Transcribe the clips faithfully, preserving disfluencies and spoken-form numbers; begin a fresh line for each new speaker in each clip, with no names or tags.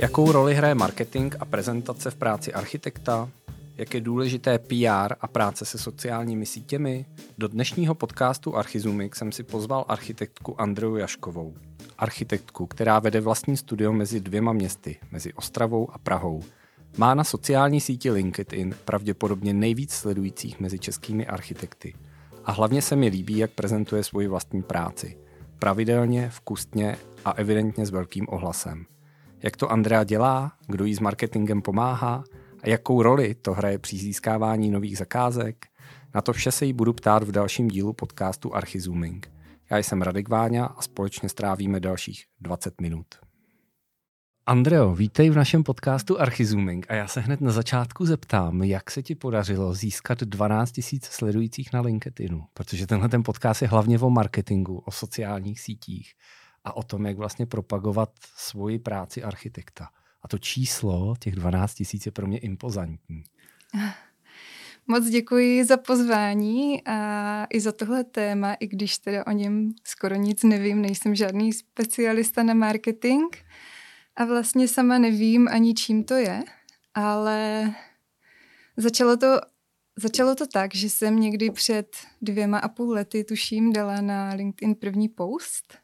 Jakou roli hraje marketing a prezentace v práci architekta? Jak je důležité P R a práce se sociálními sítěmi? Do dnešního podcastu Archizumik jsem si pozval architektku Andreu Jaškovou. Architektku, která vede vlastní studio mezi dvěma městy, mezi Ostravou a Prahou. Má na sociální síti LinkedIn pravděpodobně nejvíc sledujících mezi českými architekty. A hlavně se mi líbí, jak prezentuje svoji vlastní práci. Pravidelně, vkusně a evidentně s velkým ohlasem. Jak to Andrea dělá, kdo jí s marketingem pomáhá a jakou roli to hraje při získávání nových zakázek? Na to vše se jí budu ptát v dalším dílu podcastu Archizooming. Já jsem Radek Váňa a společně strávíme dalších dvacet minut. Andreo, vítej v našem podcastu Archizooming a já se hned na začátku zeptám, jak se ti podařilo získat dvanáct tisíc sledujících na LinkedInu, protože tenhle ten podcast je hlavně o marketingu, o sociálních sítích a o tom, jak vlastně propagovat svoji práci architekta. A to číslo těch dvanáct tisíc je pro mě impozantní.
Moc děkuji za pozvání a i za tohle téma, i když teda o něm skoro nic nevím, nejsem žádný specialista na marketing a vlastně sama nevím ani čím to je, ale začalo to, začalo to tak, že jsem někdy před dvěma a půl lety, tuším, dala na LinkedIn první post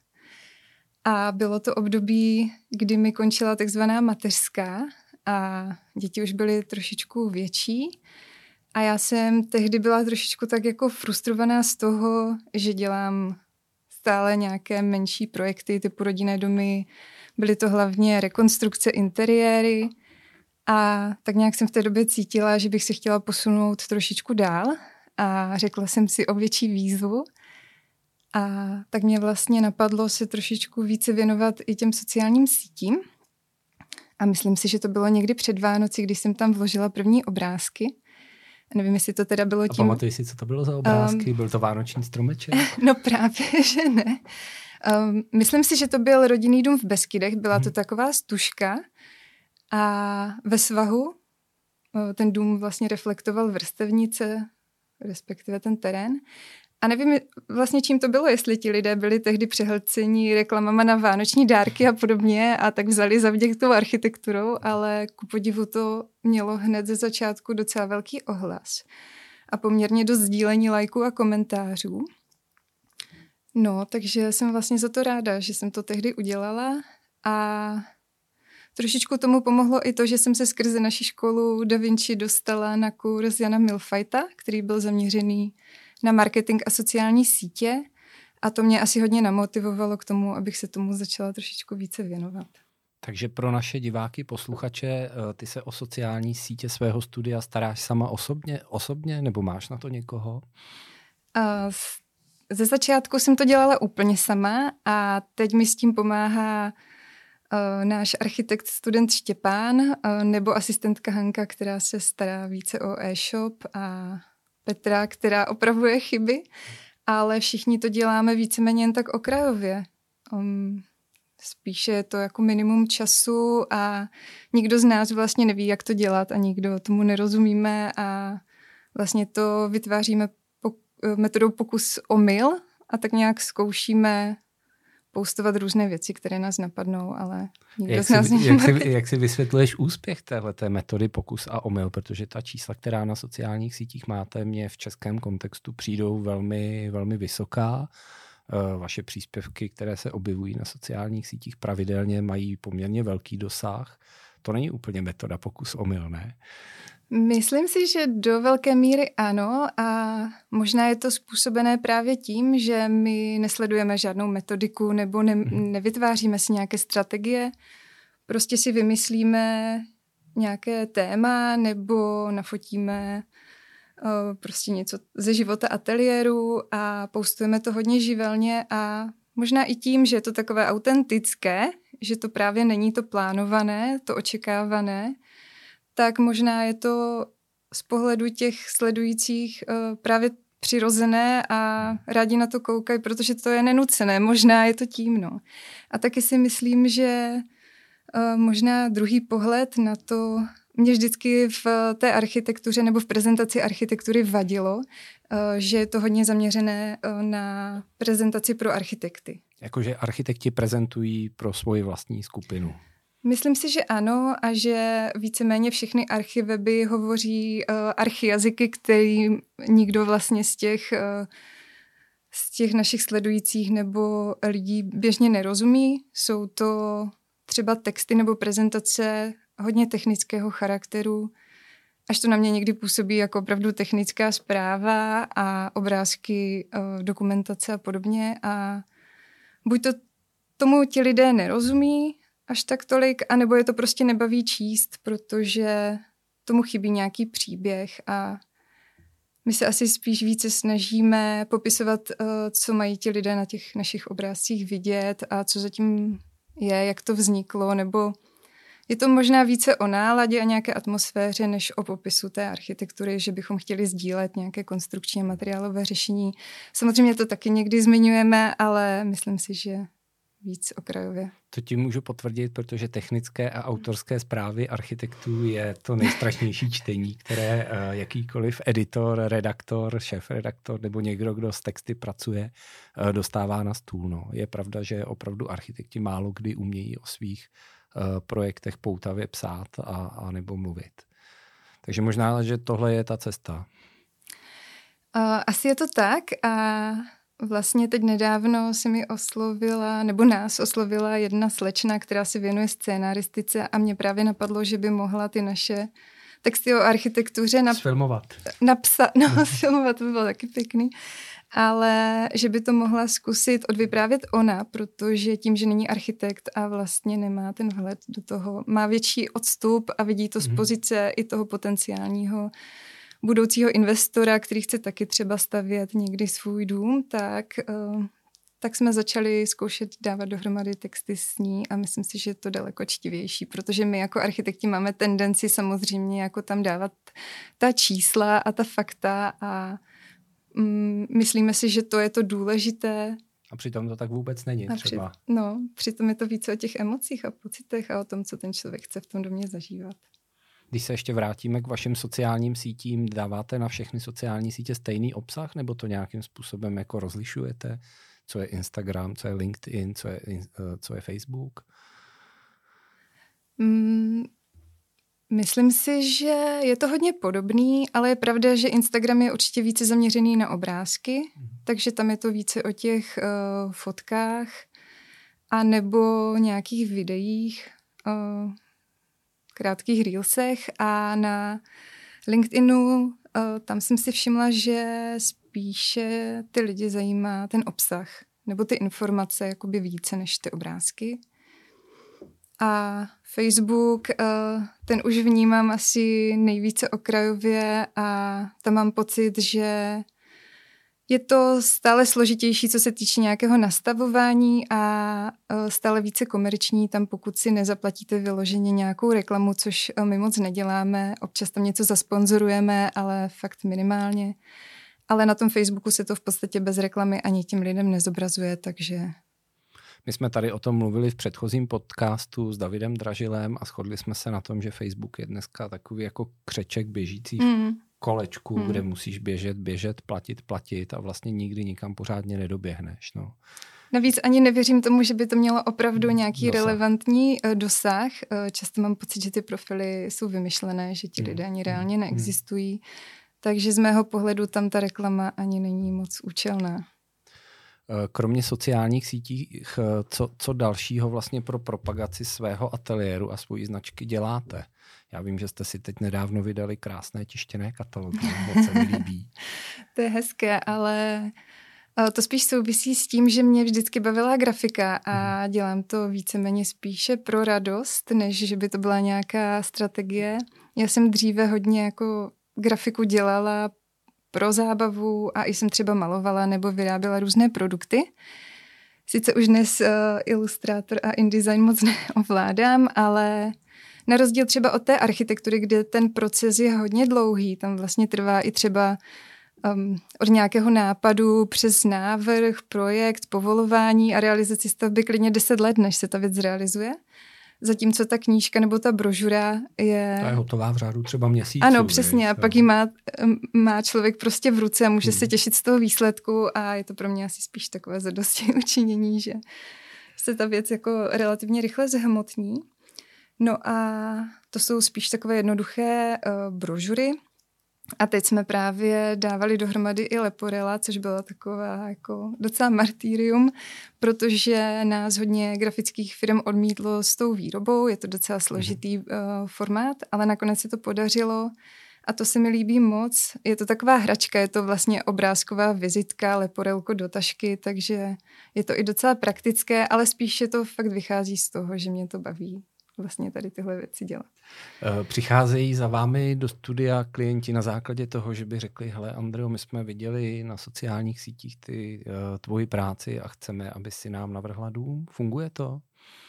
a bylo to období, kdy mi končila takzvaná mateřská a děti už byly trošičku větší. A já jsem tehdy byla trošičku tak jako frustrovaná z toho, že dělám stále nějaké menší projekty typu rodinné domy. Byly to hlavně rekonstrukce, interiéry. A tak nějak jsem v té době cítila, že bych se chtěla posunout trošičku dál. A řekla jsem si o větší výzvu. A tak mě vlastně napadlo se trošičku více věnovat i těm sociálním sítím. A myslím si, že to bylo někdy před Vánoci, když jsem tam vložila první obrázky. Nevím, jestli to teda bylo tím...
A pamatuješ si, co to bylo za obrázky? Um, byl to vánoční stromeček?
No právě, že ne. Um, myslím si, že to byl rodinný dům v Beskydech. Byla hmm. to taková stužka a ve svahu ten dům vlastně reflektoval vrstevnice, respektive ten terén. A nevím vlastně, čím to bylo, jestli ti lidé byli tehdy přehlceni reklamama na vánoční dárky a podobně a tak vzali za vděk tou architekturou, ale ku podivu to mělo hned ze začátku docela velký ohlas a poměrně dost sdílení lajků a komentářů. No, takže jsem vlastně za to ráda, že jsem to tehdy udělala a trošičku tomu pomohlo i to, že jsem se skrze naši školu Da Vinci dostala na kurz Jana Milfajta, který byl zaměřený na marketing a sociální sítě a to mě asi hodně namotivovalo k tomu, abych se tomu začala trošičku více věnovat.
Takže pro naše diváky, posluchače, ty se o sociální sítě svého studia staráš sama osobně, osobně nebo máš na to někoho?
Ze začátku jsem to dělala úplně sama a teď mi s tím pomáhá náš architekt student Štěpán nebo asistentka Hanka, která se stará více o e-shop a Petra, která opravuje chyby, ale všichni to děláme víceméně jen tak okrajově. Um, spíše je to jako minimum času a nikdo z nás vlastně neví, jak to dělat a nikdo tomu nerozumíme a vlastně to vytváříme pok- metodou pokus omyl a tak nějak zkoušíme postovat různé věci, které nás napadnou, ale nikdo
jak
z nás
si,
nemá.
Jak si, jak si vysvětluješ úspěch téhleté metody pokus a omyl, protože ta čísla, která na sociálních sítích máte, mě v českém kontextu přijdou velmi, velmi vysoká. Vaše příspěvky, které se objevují na sociálních sítích pravidelně, mají poměrně velký dosah. To není úplně metoda pokus omyl, ne?
Myslím si, že do velké míry ano a možná je to způsobené právě tím, že my nesledujeme žádnou metodiku nebo ne, nevytváříme si nějaké strategie. Prostě si vymyslíme nějaké téma nebo nafotíme uh, prostě něco ze života ateliéru a postujeme to hodně živelně a možná i tím, že je to takové autentické, že to právě není to plánované, to očekávané, tak možná je to z pohledu těch sledujících uh, právě přirozené a rádi na to koukají, protože to je nenucené. Možná je to tím, no. A taky si myslím, že uh, možná druhý pohled na to mě vždycky v té architektuře nebo v prezentaci architektury vadilo, uh, že je to hodně zaměřené uh, na prezentaci pro architekty.
Jakože architekti prezentují pro svoji vlastní skupinu.
Myslím si, že ano a že víceméně všechny archiveby hovoří uh, archijazyky, který nikdo vlastně z těch, uh, z těch našich sledujících nebo lidí běžně nerozumí. Jsou to třeba texty nebo prezentace hodně technického charakteru, až to na mě někdy působí jako opravdu technická zpráva a obrázky, uh, dokumentace a podobně. A buď to tomu ti lidé nerozumí až tak tolik, anebo je to prostě nebaví číst, protože tomu chybí nějaký příběh a my se asi spíš více snažíme popisovat, co mají ti lidé na těch našich obrázcích vidět a co zatím je, jak to vzniklo, nebo je to možná více o náladě a nějaké atmosféře, než o popisu té architektury, že bychom chtěli sdílet nějaké konstrukční a materiálové řešení. Samozřejmě to taky někdy zmiňujeme, ale myslím si, že víc okrajově.
To ti můžu potvrdit, protože technické a autorské zprávy architektů je to nejstrašnější čtení, které jakýkoliv editor, redaktor, šéfredaktor nebo někdo, kdo s texty pracuje, dostává na stůl. No. Je pravda, že opravdu architekti málo kdy umějí o svých projektech poutavě psát a, a nebo mluvit. Takže možná, že tohle je ta cesta.
Asi je to tak a vlastně teď nedávno se mi oslovila, nebo nás oslovila jedna slečna, která se věnuje scénaristice a mě právě napadlo, že by mohla ty naše texty o architektuře nap-
sfilmovat.
napsat. No, sfilmovat by bylo taky pěkný. Ale že by to mohla zkusit odvyprávět ona, protože tím, že není architekt a vlastně nemá ten vhled do toho, má větší odstup a vidí to z pozice i toho potenciálního budoucího investora, který chce taky třeba stavět někdy svůj dům, tak, tak jsme začali zkoušet dávat dohromady texty s ní a myslím si, že je to daleko čtivější, protože my jako architekti máme tendenci samozřejmě jako tam dávat ta čísla a ta fakta a mm, myslíme si, že to je to důležité.
A přitom to tak vůbec není třeba.
Při, no, přitom je to více o těch emocích a pocitech a o tom, co ten člověk chce v tom domě zažívat.
Když se ještě vrátíme k vašim sociálním sítím, dáváte na všechny sociální sítě stejný obsah, nebo to nějakým způsobem jako rozlišujete? Co je Instagram, co je LinkedIn, co je, co je Facebook?
Mm, myslím si, že je to hodně podobný, ale je pravda, že Instagram je určitě více zaměřený na obrázky, mm. takže tam je to více o těch uh, fotkách a nebo nějakých videích, uh, krátkých reelsech a na LinkedInu uh, tam jsem si všimla, že spíše ty lidi zajímá ten obsah nebo ty informace jakoby více než ty obrázky. A Facebook, uh, ten už vnímám asi nejvíce okrajově a tam mám pocit, že je to stále složitější, co se týče nějakého nastavování a stále více komerční. Tam pokud si nezaplatíte vyloženě nějakou reklamu, což my moc neděláme, občas tam něco zasponzorujeme, ale fakt minimálně. Ale na tom Facebooku se to v podstatě bez reklamy ani tím lidem nezobrazuje, takže...
My jsme tady o tom mluvili v předchozím podcastu s Davidem Dražilem a shodli jsme se na tom, že Facebook je dneska takový jako křeček běžící mm. kolečku, hmm. kde musíš běžet, běžet, platit, platit a vlastně nikdy nikam pořádně nedoběhneš. No.
Navíc ani nevěřím tomu, že by to mělo opravdu nějaký dosah. relevantní uh, dosah. Uh, často mám pocit, že ty profily jsou vymyšlené, že ti lidé ani reálně hmm. neexistují. Takže z mého pohledu tam ta reklama ani není moc účelná.
Kromě sociálních sítí, co, co dalšího vlastně pro propagaci svého ateliéru a svojí značky děláte? Já vím, že jste si teď nedávno vydali krásné tištěné katalogy, moc se mi líbí.
To je hezké, ale to spíš souvisí s tím, že mě vždycky bavila grafika a dělám to víceméně spíše pro radost, než že by to byla nějaká strategie. Já jsem dříve hodně jako grafiku dělala pro zábavu a i jsem třeba malovala nebo vyráběla různé produkty. Sice už dnes uh, ilustrátor a InDesign moc neovládám, ale na rozdíl třeba od té architektury, kde ten proces je hodně dlouhý, tam vlastně trvá i třeba um, od nějakého nápadu přes návrh, projekt, povolování a realizaci stavby klidně deset let, než se ta věc zrealizuje. Zatímco ta knížka nebo ta brožura je...
Ta je hotová v řádu třeba měsíců.
Ano, přesně. A pak ji má, má člověk prostě v ruce a může hmm. se těšit z toho výsledku a je to pro mě asi spíš takové zadosti učinění, že se ta věc jako relativně rychle zhmotní. No a to jsou spíš takové jednoduché uh, brožury. A teď jsme právě dávali dohromady i Leporella, což byla taková jako docela martýrium, protože nás hodně grafických firm odmítlo s tou výrobou, je to docela složitý uh, formát, ale nakonec se to podařilo a to se mi líbí moc. Je to taková hračka, je to vlastně obrázková vizitka, Leporelko do tašky, takže je to i docela praktické, ale spíše to fakt vychází z toho, že mě to baví vlastně tady tyhle věci dělat.
Přicházejí za vámi do studia klienti na základě toho, že by řekli, hele Andreo, my jsme viděli na sociálních sítích ty uh, tvoji práci a chceme, aby si nám navrhla dům. Funguje to?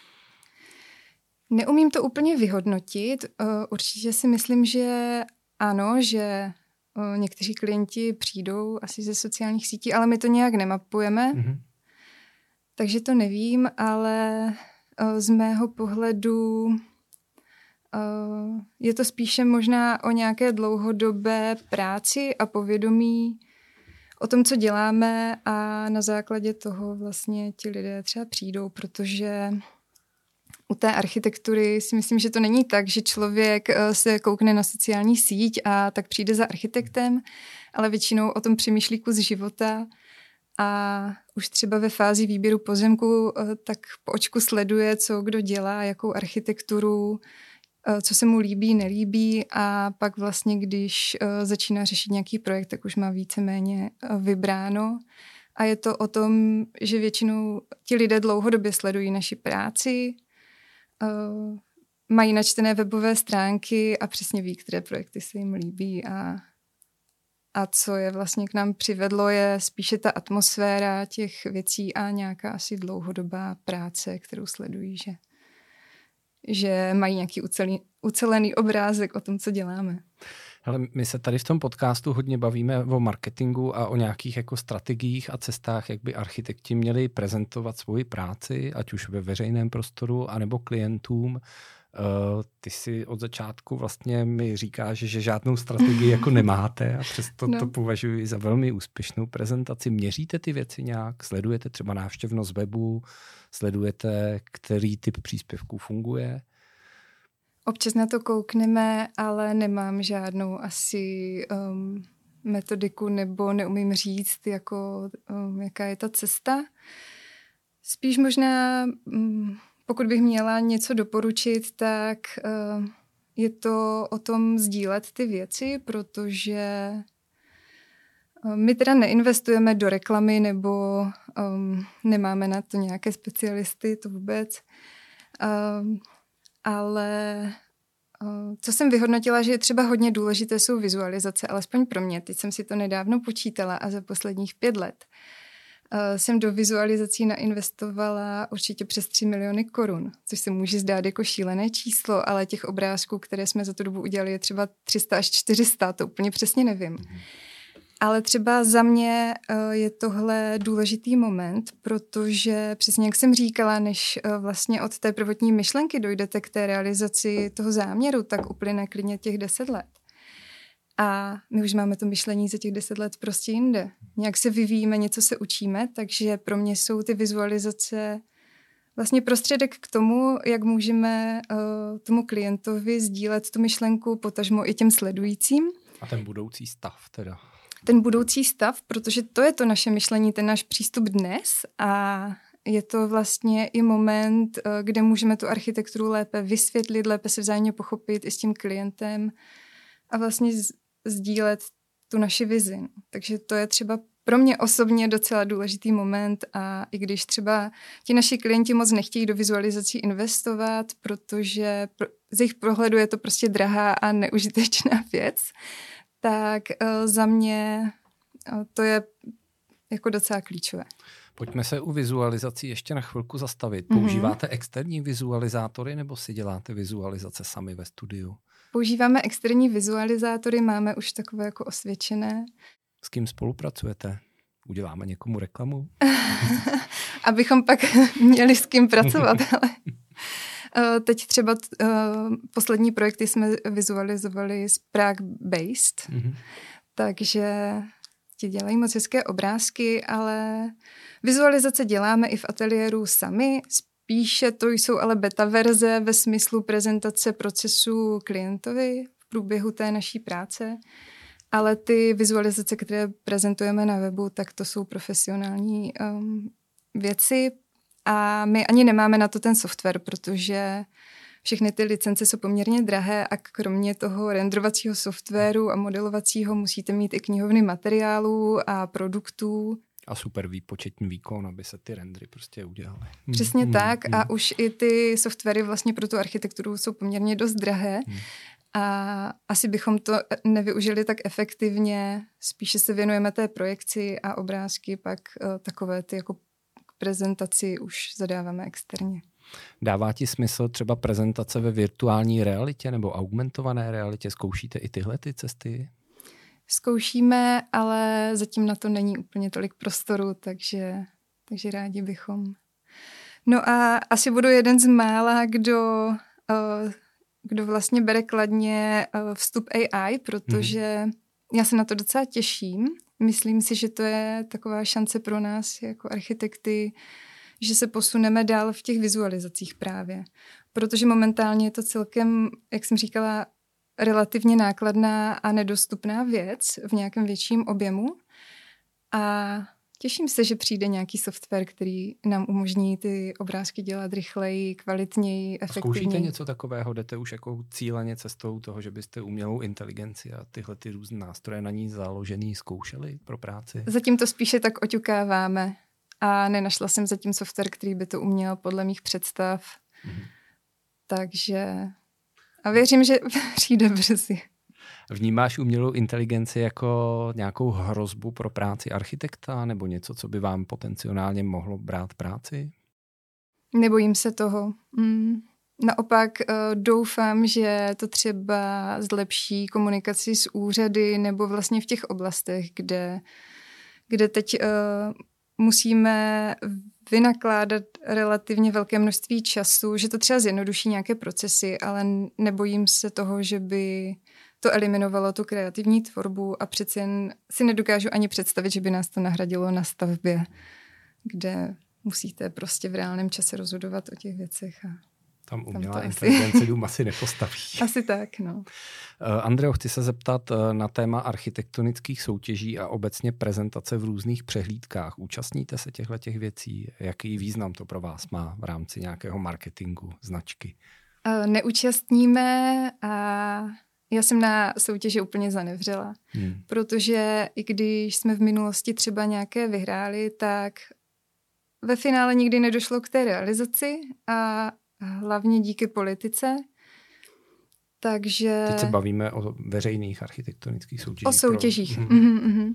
Neumím to úplně vyhodnotit. Uh, určitě si myslím, že ano, že uh, někteří klienti přijdou asi ze sociálních sítí, ale my to nějak nemapujeme. Mm-hmm. Takže to nevím, ale z mého pohledu je to spíše možná o nějaké dlouhodobé práci a povědomí o tom, co děláme a na základě toho vlastně ti lidé třeba přijdou, protože u té architektury si myslím, že to není tak, že člověk se koukne na sociální síť a tak přijde za architektem, ale většinou o tom přemýšlí kus života. A už třeba ve fázi výběru pozemku tak po očku sleduje, co kdo dělá, jakou architekturu, co se mu líbí, nelíbí a pak vlastně, když začíná řešit nějaký projekt, tak už má víceméně vybráno. A je to o tom, že většinou ti lidé dlouhodobě sledují naši práci, mají načtené webové stránky a přesně ví, které projekty se jim líbí a A co je vlastně k nám přivedlo, je spíše ta atmosféra těch věcí a nějaká asi dlouhodobá práce, kterou sledují, že, že mají nějaký ucelý, ucelený obrázek o tom, co děláme.
Hele, my se tady v tom podcastu hodně bavíme o marketingu a o nějakých jako strategiích a cestách, jak by architekti měli prezentovat svoji práci, ať už ve veřejném prostoru, anebo klientům. Uh, ty si od začátku vlastně mi říkáš, že žádnou strategii jako nemáte a přesto no. to považuji za velmi úspěšnou prezentaci. Měříte ty věci nějak? Sledujete třeba návštěvnost webu? Sledujete, který typ příspěvků funguje?
Občas na to koukneme, ale nemám žádnou asi um, metodiku nebo neumím říct, jako, um, jaká je ta cesta. Spíš možná... Um, Pokud bych měla něco doporučit, tak uh, je to o tom sdílet ty věci, protože uh, my teda neinvestujeme do reklamy nebo um, nemáme na to nějaké specialisty, to vůbec. Uh, ale uh, co jsem vyhodnotila, že je třeba hodně důležité, jsou vizualizace, alespoň pro mě. Teď jsem si to nedávno počítala a za posledních pět let Uh, jsem do vizualizací nainvestovala určitě přes tři miliony korun, což se může zdát jako šílené číslo, ale těch obrázků, které jsme za tu dobu udělali, je třeba tři sta až čtyři sta, to úplně přesně nevím. Mm-hmm. Ale třeba za mě uh, je tohle důležitý moment, protože přesně jak jsem říkala, než uh, vlastně od té prvotní myšlenky dojdete k té realizaci toho záměru, tak uplyne klidně těch deset let. A my už máme to myšlení za těch deset let prostě jinde. Nějak se vyvíjíme, něco se učíme, takže pro mě jsou ty vizualizace vlastně prostředek k tomu, jak můžeme uh, tomu klientovi sdílet tu myšlenku, potažmo i těm sledujícím.
A ten budoucí stav teda.
Ten budoucí stav, protože to je to naše myšlení, ten náš přístup dnes a je to vlastně i moment, uh, kde můžeme tu architekturu lépe vysvětlit, lépe se vzájemně pochopit i s tím klientem a vlastně sdílet tu naši vizi. Takže to je třeba pro mě osobně docela důležitý moment a i když třeba ti naši klienti moc nechtějí do vizualizací investovat, protože z jejich pohledu je to prostě drahá a neužitečná věc, tak uh, za mě uh, to je jako docela klíčové.
Pojďme se u vizualizací ještě na chvilku zastavit. Používáte mm-hmm. externí vizualizátory nebo si děláte vizualizace sami ve studiu?
Používáme externí vizualizátory, máme už takové jako osvědčené.
S kým spolupracujete? Uděláme někomu reklamu?
Abychom pak měli s kým pracovat. Ale teď třeba poslední projekty jsme vizualizovali z Prague Based, mm-hmm. takže ti dělají moc hezké obrázky, ale vizualizace děláme i v ateliéru sami. spíše to jsou ale beta verze ve smyslu prezentace procesu klientovi v průběhu té naší práce. Ale ty vizualizace, které prezentujeme na webu, tak to jsou profesionální um, věci a my ani nemáme na to ten software, protože všechny ty licence jsou poměrně drahé a kromě toho renderovacího softwaru a modelovacího musíte mít i knihovny materiálů a produktů.
A super výpočetní výkon, aby se ty rendery prostě udělaly.
Přesně
hmm,
tak
hmm.
a už i ty softwary vlastně pro tu architekturu jsou poměrně dost drahé. Hmm. A asi bychom to nevyužili tak efektivně, spíše se věnujeme té projekci a obrázky, pak uh, takové ty jako prezentaci už zadáváme externě.
Dává ti smysl třeba prezentace ve virtuální realitě nebo augmentované realitě? Zkoušíte i tyhle ty cesty?
Zkoušíme, ale zatím na to není úplně tolik prostoru, takže, takže rádi bychom. No a asi budu jeden z mála, kdo... Uh, kdo vlastně bere kladně vstup A I, protože hmm. já se na to docela těším. Myslím si, že to je taková šance pro nás jako architekty, že se posuneme dál v těch vizualizacích právě. Protože momentálně je to celkem, jak jsem říkala, relativně nákladná a nedostupná věc v nějakém větším objemu. A těším se, že přijde nějaký software, který nám umožní ty obrázky dělat rychleji, kvalitněji, efektivněji.
Zkoušíte něco takového? Jdete už jako cíleně cestou toho, že byste umělou inteligenci a tyhle ty různé nástroje na ní založený zkoušeli pro práci?
Zatím to spíše tak oťukáváme a nenašla jsem zatím software, který by to uměl podle mých představ. Mhm. Takže a věřím, že přijde brzy.
Vnímáš umělou inteligenci jako nějakou hrozbu pro práci architekta nebo něco, co by vám potenciálně mohlo brát práci?
Nebojím se toho. Mm. Naopak uh, doufám, že to třeba zlepší komunikaci s úřady nebo vlastně v těch oblastech, kde, kde teď uh, musíme vynakládat relativně velké množství času, že to třeba zjednoduší nějaké procesy, ale nebojím se toho, že by to eliminovalo tu kreativní tvorbu a přeci jen si nedokážu ani představit, že by nás to nahradilo na stavbě, kde musíte prostě v reálném čase rozhodovat o těch věcech. A
tam umělá inteligence dům asi nepostaví.
Asi tak, no.
Uh, Andreo, chci se zeptat uh, na téma architektonických soutěží a obecně prezentace v různých přehlídkách. Účastníte se těchto těch věcí? Jaký význam to pro vás má v rámci nějakého marketingu, značky?
Uh, neúčastníme a já jsem na soutěži úplně zanevřela, hmm. protože i když jsme v minulosti třeba nějaké vyhráli, tak ve finále nikdy nedošlo k té realizaci a hlavně díky politice. Takže...
Teď se bavíme o veřejných architektonických soutěžích.
O soutěžích.
Pro...
Mm-hmm, mm-hmm.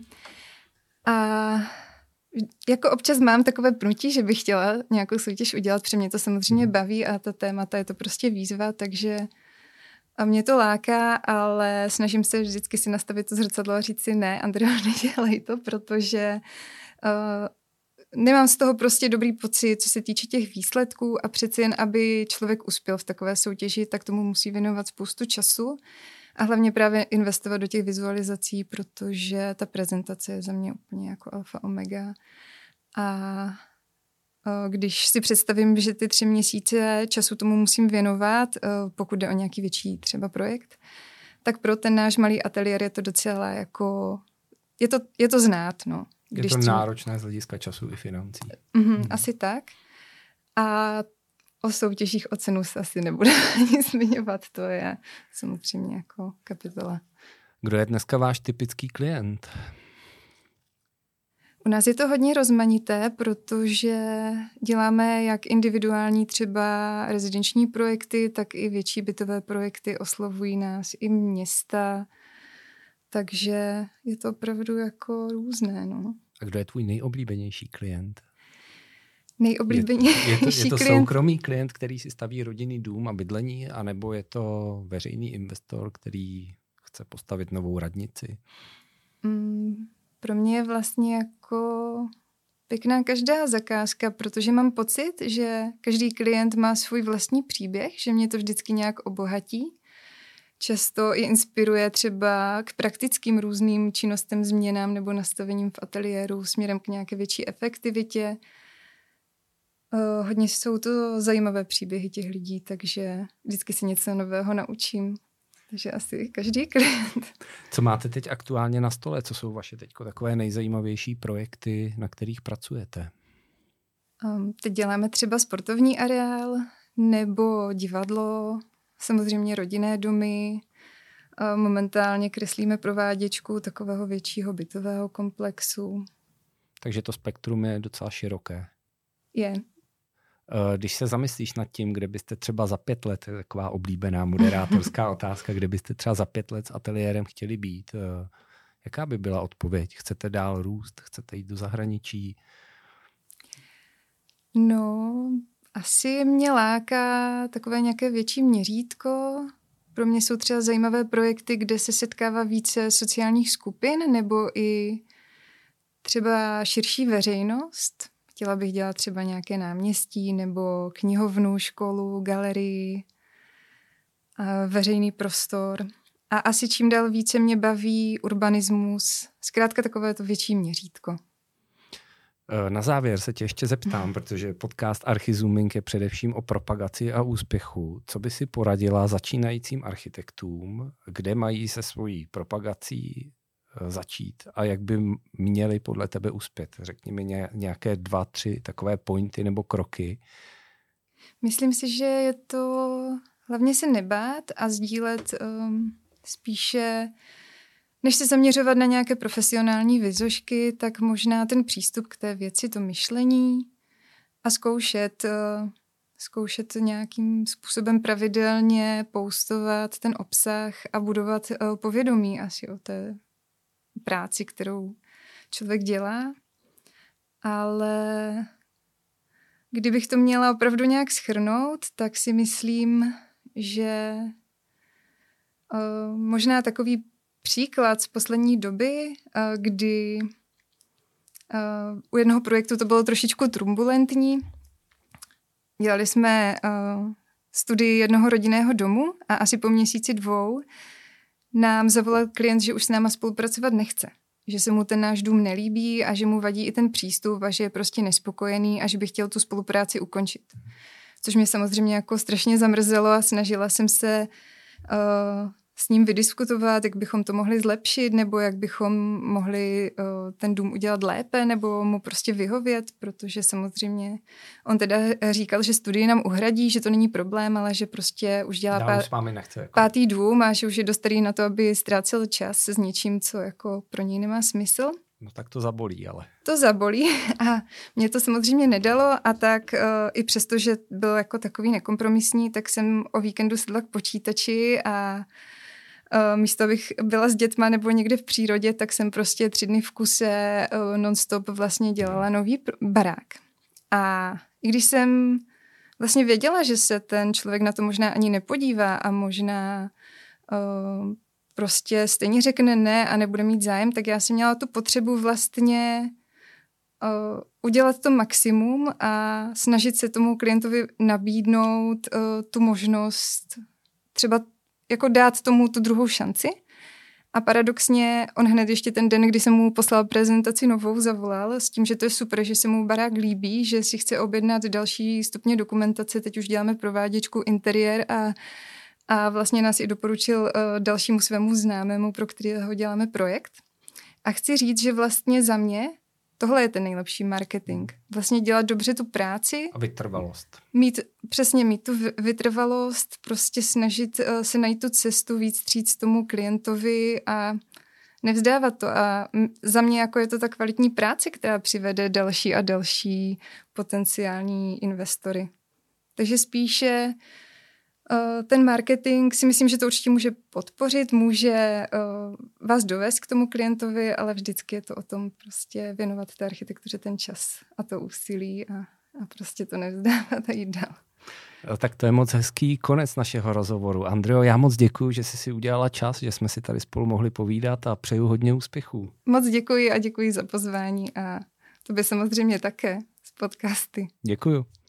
A jako občas mám takové pnutí, že bych chtěla nějakou soutěž udělat, protože mě to samozřejmě baví a ta témata je to prostě výzva, takže a mě to láká, ale snažím se vždycky si nastavit to zrcadlo a říct si ne, Andreo, nedělej to, protože uh, nemám z toho prostě dobrý pocit, co se týče těch výsledků a přeci jen, aby člověk uspěl v takové soutěži, tak tomu musí věnovat spoustu času a hlavně právě investovat do těch vizualizací, protože ta prezentace je za mě úplně jako alfa omega. A když si představím, že ty tři měsíce času tomu musím věnovat, pokud jde o nějaký větší třeba projekt, tak pro ten náš malý ateliér je to docela jako, je to, je to znát, no.
Když je to třeba... náročné z hlediska času i financí.
Mm-hmm, mm. Asi tak. A o soutěžích o cenu se asi nebudu ani zmiňovat, to je samozřejmě jako kapitola.
Kdo je dneska váš typický klient?
U nás je to hodně rozmanité, protože děláme jak individuální třeba rezidenční projekty, tak i větší bytové projekty, oslovují nás i města, takže je to opravdu jako různé. No.
A kdo je tvůj nejoblíbenější klient?
Nejoblíbenější
je, je to, je to
klient?
soukromý klient, který si staví rodinný dům a bydlení, anebo je to veřejný investor, který chce postavit novou radnici?
Mm. Pro mě je vlastně jako pěkná každá zakázka, protože mám pocit, že každý klient má svůj vlastní příběh, že mě to vždycky nějak obohatí. Často i inspiruje třeba k praktickým různým činnostem, změnám nebo nastavením v ateliéru směrem k nějaké větší efektivitě. Uh, hodně jsou to zajímavé příběhy těch lidí, takže vždycky si něco nového naučím. Takže asi každý klient.
Co máte teď aktuálně na stole? Co jsou vaše teď takové nejzajímavější projekty, na kterých pracujete?
Um, teď děláme třeba sportovní areál nebo divadlo, samozřejmě rodinné domy. Uh, momentálně kreslíme prováděčku takového většího bytového komplexu.
Takže to spektrum je docela široké.
Je.
Když se zamyslíš nad tím, kde byste třeba za pět let, je taková oblíbená moderátorská otázka, kde byste třeba za pět let s ateliérem chtěli být, jaká by byla odpověď? Chcete dál růst? Chcete jít do zahraničí?
No, asi mě láká takové nějaké větší měřítko. Pro mě jsou třeba zajímavé projekty, kde se setkává více sociálních skupin nebo i třeba širší veřejnost. Chtěla bych dělat třeba nějaké náměstí nebo knihovnu, školu, galerii, veřejný prostor. A asi čím dál více mě baví urbanismus, zkrátka takové to větší měřítko.
Na závěr se tě ještě zeptám, protože podcast Archizooming je především o propagaci a úspěchu. Co by si poradila začínajícím architektům, kde mají se svojí propagací začít a jak by měli podle tebe uspět? Řekni mi nějaké dva, tři takové pointy nebo kroky.
Myslím si, že je to hlavně se nebát a sdílet um, spíše, než se zaměřovat na nějaké profesionální vizošky, tak možná ten přístup k té věci, to myšlení a zkoušet, uh, zkoušet nějakým způsobem pravidelně postovat ten obsah a budovat uh, povědomí asi o té práci, kterou člověk dělá. Ale kdybych to měla opravdu nějak shrnout, tak si myslím, že uh, možná takový příklad z poslední doby, uh, kdy uh, u jednoho projektu to bylo trošičku turbulentní. Dělali jsme uh, studii jednoho rodinného domu a asi po měsíci dvou nám zavolal klient, že už s náma spolupracovat nechce. Že se mu ten náš dům nelíbí a že mu vadí i ten přístup a že je prostě nespokojený a že by chtěl tu spolupráci ukončit. Což mě samozřejmě jako strašně zamrzelo a snažila jsem se uh, s ním vydiskutovat, jak bychom to mohli zlepšit nebo jak bychom mohli uh, ten dům udělat lépe nebo mu prostě vyhovět, protože samozřejmě on teda říkal, že studii nám uhradí, že to není problém, ale že prostě už dělá pá-
s vámi nechce, jako.
pátý dům a že už je dost starý na to, aby ztrácel čas s něčím, co jako pro něj nemá smysl.
No tak to zabolí, ale.
To zabolí a mě to samozřejmě nedalo a tak uh, i přesto, že byl jako takový nekompromisní, tak jsem o víkendu sedla k počítači a uh, místo abych byla s dětma nebo někde v přírodě, tak jsem prostě tři dny v kuse uh, non-stop vlastně dělala nový pr- barák. A i když jsem vlastně věděla, že se ten člověk na to možná ani nepodívá a možná uh, prostě stejně řekne ne a nebude mít zájem, tak já jsem měla tu potřebu vlastně uh, udělat to maximum a snažit se tomu klientovi nabídnout uh, tu možnost třeba jako dát tomu tu druhou šanci. A paradoxně on hned ještě ten den, kdy jsem mu poslala prezentaci novou, zavolal s tím, že to je super, že se mu barák líbí, že si chce objednat další stupně dokumentace. Teď už děláme prováděčku, interiér a A vlastně nás i doporučil uh, dalšímu svému známému, pro kterého děláme projekt. A chci říct, že vlastně za mě tohle je ten nejlepší marketing. Vlastně dělat dobře tu práci.
A vytrvalost.
Mít, přesně mít tu vytrvalost, prostě snažit uh, se najít tu cestu, víc vstříc tomu klientovi a nevzdávat to. A za mě jako je to ta kvalitní práce, která přivede další a další potenciální investory. Takže spíše ten marketing si myslím, že to určitě může podpořit, může uh, vás dovést k tomu klientovi, ale vždycky je to o tom prostě věnovat té architektuře ten čas a to úsilí a, a prostě to nevzdávat a jít dál.
Tak to je moc hezký konec našeho rozhovoru. Andreo, já moc děkuji, že jsi si udělala čas, že jsme si tady spolu mohli povídat a přeju hodně úspěchů.
Moc děkuji a děkuji za pozvání a tobě samozřejmě také z podcasty.
Děkuju.